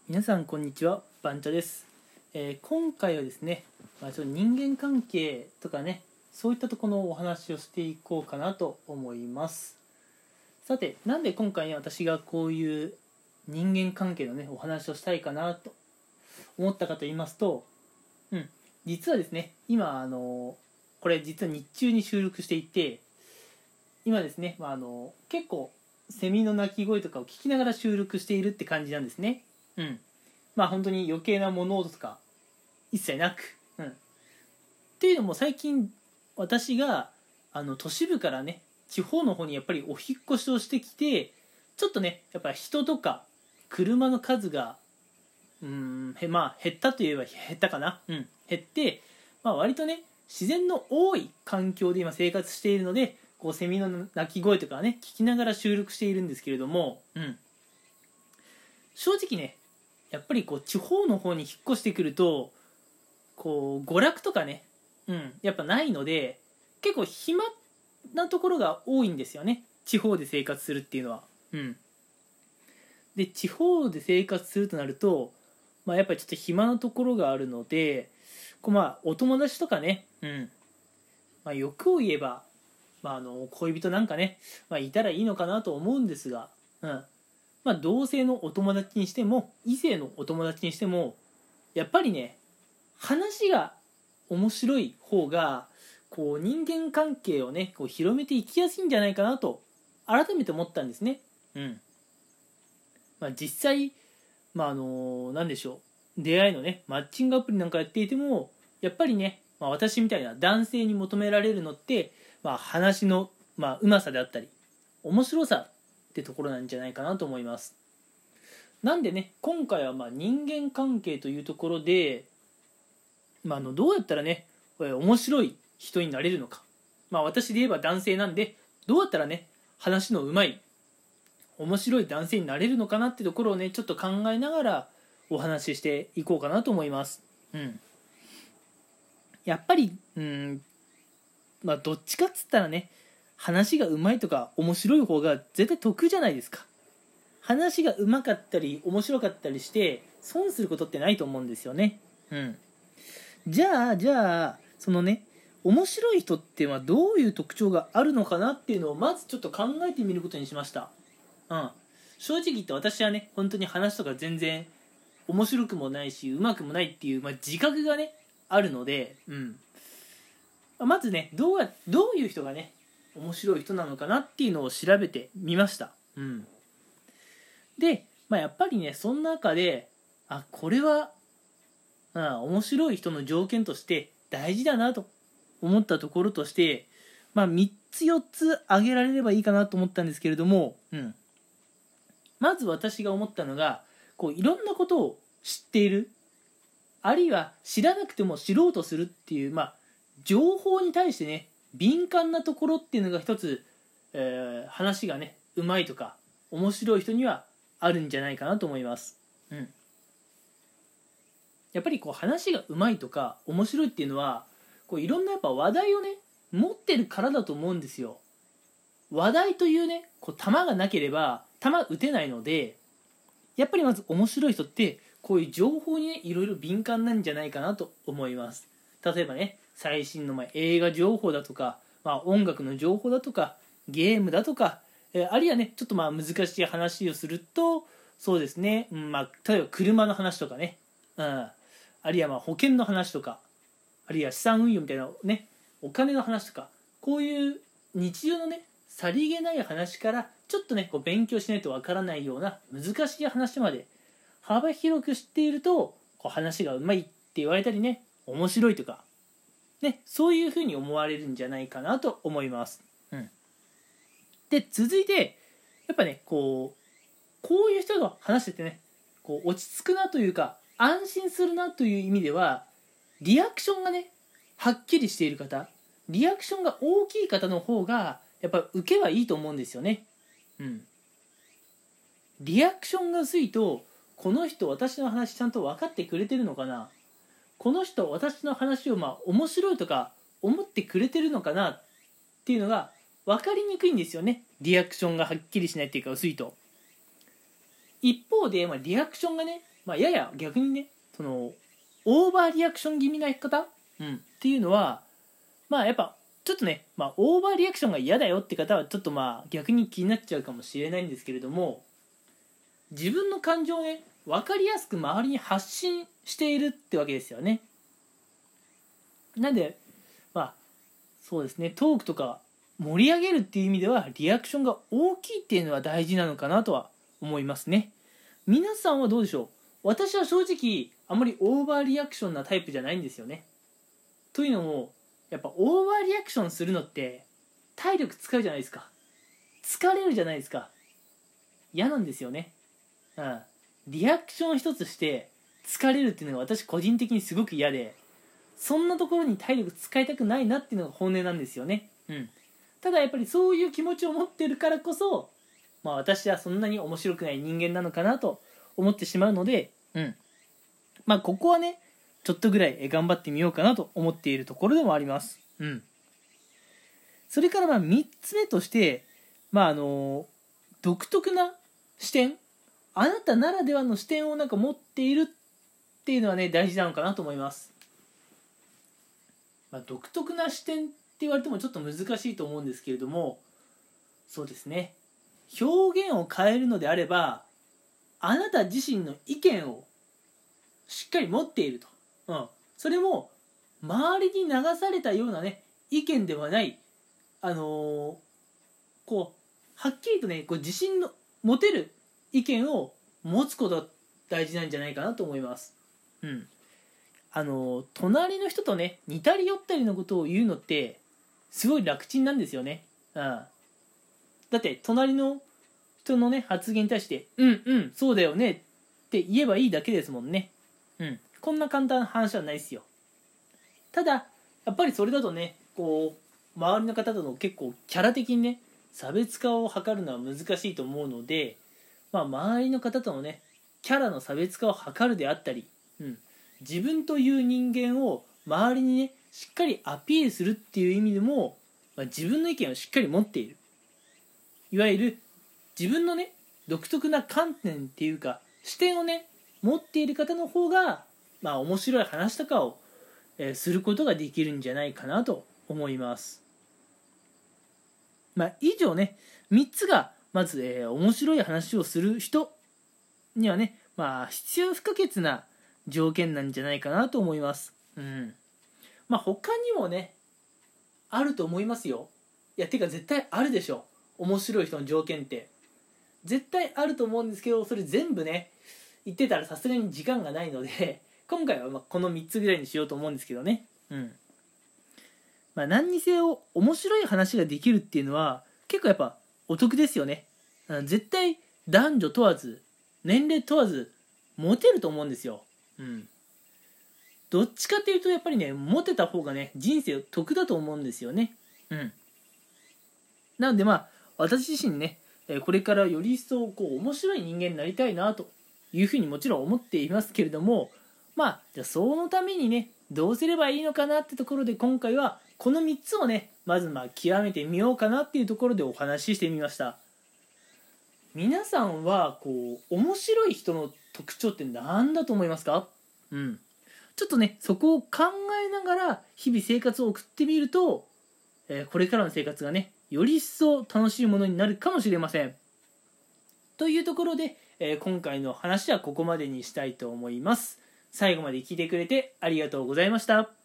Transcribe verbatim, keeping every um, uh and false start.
皆さんこんにちは、バンチャです。えー今回はですね、まあ、ちょっと人間関係とかね、そういったところのお話をしていこうかなと思います。さて、なんで今回ね、私がこういう人間関係のね、お話をしたいかなと思ったかと言いますと、うん、実はですね、今、あの、これ実は日中に収録していて、今ですね、まあ、あの結構セミの鳴き声とかを聞きながら収録しているって感じなんですね。うん。まあ本当に余計な物音とか一切なく、うん。っていうのも最近私があの都市部からね地方の方にやっぱりお引っ越しをしてきて、ちょっとねやっぱり人とか車の数がうーんへまあ減ったといえば減ったかな、うん、減って、まあ割とね自然の多い環境で今生活しているので、こうセミの鳴き声とかね聞きながら収録しているんですけれども、うん、正直ねやっぱりこう地方の方に引っ越してくるとこう娯楽とかね、うん、やっぱないので結構暇なところが多いんですよね、地方で生活するっていうのは。うん、で地方で生活するとなると、まあ、やっぱりちょっと暇なところがあるので、こうまあお友達とかね、うんまあ、欲を言えば、まあ、あの恋人なんかね、まあ、いたらいいのかなと思うんですが、うんまあ、同性のお友達にしても異性のお友達にしてもやっぱりね話が面白い方がこう人間関係をねこう広めていきやすいんじゃないかなと改めて思ったんですね。うんまあ、実際、まああの何でしょう、出会いのねマッチングアプリなんかやっていてもやっぱりね、まあ、私みたいな男性に求められるのって、まあ、話の、まあ、うまさであったり面白さってところなんじゃないかなと思います。なんでね今回はまあ人間関係というところで、まあ、あのどうやったらねこれ面白い人になれるのか、まあ、私で言えば男性なんでどうやったらね話のうまい面白い男性になれるのかなってところをねちょっと考えながらお話ししていこうかなと思います。うん、やっぱりうんまあどっちかっつったらね話がうまいとか面白い方が絶対得じゃないですか。話がうまかったり面白かったりして損することってないと思うんですよね。うん、じゃあじゃあそのね面白い人ってはどういう特徴があるのかなっていうのをまずちょっと考えてみることにしました。うん、正直言って私はね本当に話とか全然面白くもないしうまくもないっていう、まあ、自覚がねあるので、うん、まずねどうやどういう人がね面白い人なのかなっていうのを調べてみました。うん、で、まあ、やっぱりねその中であこれは、うん、面白い人の条件として大事だなと思ったところとして、まあ、みっつよっつ挙げられればいいかなと思ったんですけれども、うん、まず私が思ったのがこういろんなことを知っている、あるいは知らなくても知ろうとするっていう、まあ、情報に対してね敏感なところっていうのが一つ、えー話がねうまいとか面白い人にはあるんじゃないかなと思います。うん、やっぱりこう話がうまいとか面白いっていうのはこういろんなやっぱ話題をね持ってるからだと思うんですよ。話題というねこう球がなければ球打てないので、やっぱりまず面白い人ってこういう情報にねいろいろ敏感なんじゃないかなと思います。例えばね最新のまあ映画情報だとか、まあ、音楽の情報だとかゲームだとか、えーあるいはねちょっとまあ難しい話をするとそうですね、うんまあ、例えば車の話とかね、うん、あるいはまあ保険の話とか、あるいは資産運用みたいなねお金の話とか、こういう日常のねさりげない話からちょっとねこう勉強しないとわからないような難しい話まで幅広く知っているとこう話がうまいって言われたりね面白いとかねそういうふうに思われるんじゃないかなと思います。うん、で続いてやっぱねこうこういう人と話しててねこう落ち着くなというか安心するなという意味ではリアクションがねはっきりしている方、リアクションが大きい方の方がやっぱ受けはいいと思うんですよね。うん、リアクションが薄いとこの人私の話ちゃんと分かってくれてるのかな、この人私の話をまあ面白いとか思ってくれてるのかなっていうのが分かりにくいんですよね、リアクションがはっきりしないっていうか薄いと。一方で、まあ、リアクションがねまあ、やや逆にねそのオーバーリアクション気味な方、うん、っていうのはまあやっぱちょっとね、まあ、オーバーリアクションが嫌だよって方はちょっとまあ逆に気になっちゃうかもしれないんですけれども、自分の感情をね分かりやすく周りに発信しているってわけですよね。なんでまあそうですね、トークとか盛り上げるっていう意味ではリアクションが大きいっていうのは大事なのかなとは思いますね。皆さんはどうでしょう。私は正直あまりオーバーリアクションなタイプじゃないんですよね。というのもやっぱオーバーリアクションするのって体力使うじゃないですか。疲れるじゃないですか。嫌なんですよね。うん、リアクション一つして疲れるっていうのが私個人的にすごく嫌で、そんなところに体力使いたくないなっていうのが本音なんですよね。うん、ただやっぱりそういう気持ちを持ってるからこそ、まあ、私はそんなに面白くない人間なのかなと思ってしまうので、うん、まあここはねちょっとぐらい頑張ってみようかなと思っているところでもあります。うん、それからまあみっつめとして、まああの独特な視点、あなたならではの視点をなんか持っているっていうのはね大事なのかなと思います。まあ、独特な視点って言われてもちょっと難しいと思うんですけれども、そうですね、表現を変えるのであればあなた自身の意見をしっかり持っていると、うん、それも周りに流されたようなね意見ではない、あのー、こうはっきりとねこう自信の持てる意見を持つことが大事なんじゃないかなと思います。うん、あの隣の人とね似たり寄ったりのことを言うのってすごい楽ちんなんですよね。うん、だって隣の人のね発言に対してうんうんそうだよねって言えばいいだけですもんね。うん、こんな簡単な話はないですよ。ただやっぱりそれだとねこう周りの方との結構キャラ的にね差別化を図るのは難しいと思うので、まあ、周りの方とのねキャラの差別化を図るであったり、うん、自分という人間を周りにねしっかりアピールするっていう意味でも、まあ、自分の意見をしっかり持っている、いわゆる自分のね独特な観点っていうか視点をね持っている方の方が、まあ、面白い話とかを、えー、することができるんじゃないかなと思います。まあ、以上ねみっつがまず、えー、面白い話をする人にはね、まあ、必要不可欠な条件なんじゃないかなと思います。うん、まあ他にもねあると思いますよ。いやてか絶対あるでしょ、面白い人の条件って絶対あると思うんですけど、それ全部ね言ってたらさすがに時間がないので今回はまあこのみっつぐらいにしようと思うんですけどね。うんまあ、何にせよ面白い話ができるっていうのは結構やっぱお得ですよね。絶対男女問わず年齢問わずモテると思うんですよ。うん、どっちかっていうとやっぱりねモテた方がね人生得だと思うんですよね。うん、なのでまあ私自身ねこれからより一層こう面白い人間になりたいなというふうにもちろん思っていますけれども、まあじゃあそのためにねどうすればいいのかなってところで今回はこのみっつをねまずまあ極めてみようかなっていうところでお話ししてみました。皆さんはこう面白い人の特徴って何だと思いますか？うん、ちょっとねそこを考えながら日々生活を送ってみると、えー、これからの生活がねより一層楽しいものになるかもしれません。というところで、えー、今回の話はここまでにしたいと思います。最後まで聞いてくれてありがとうございました。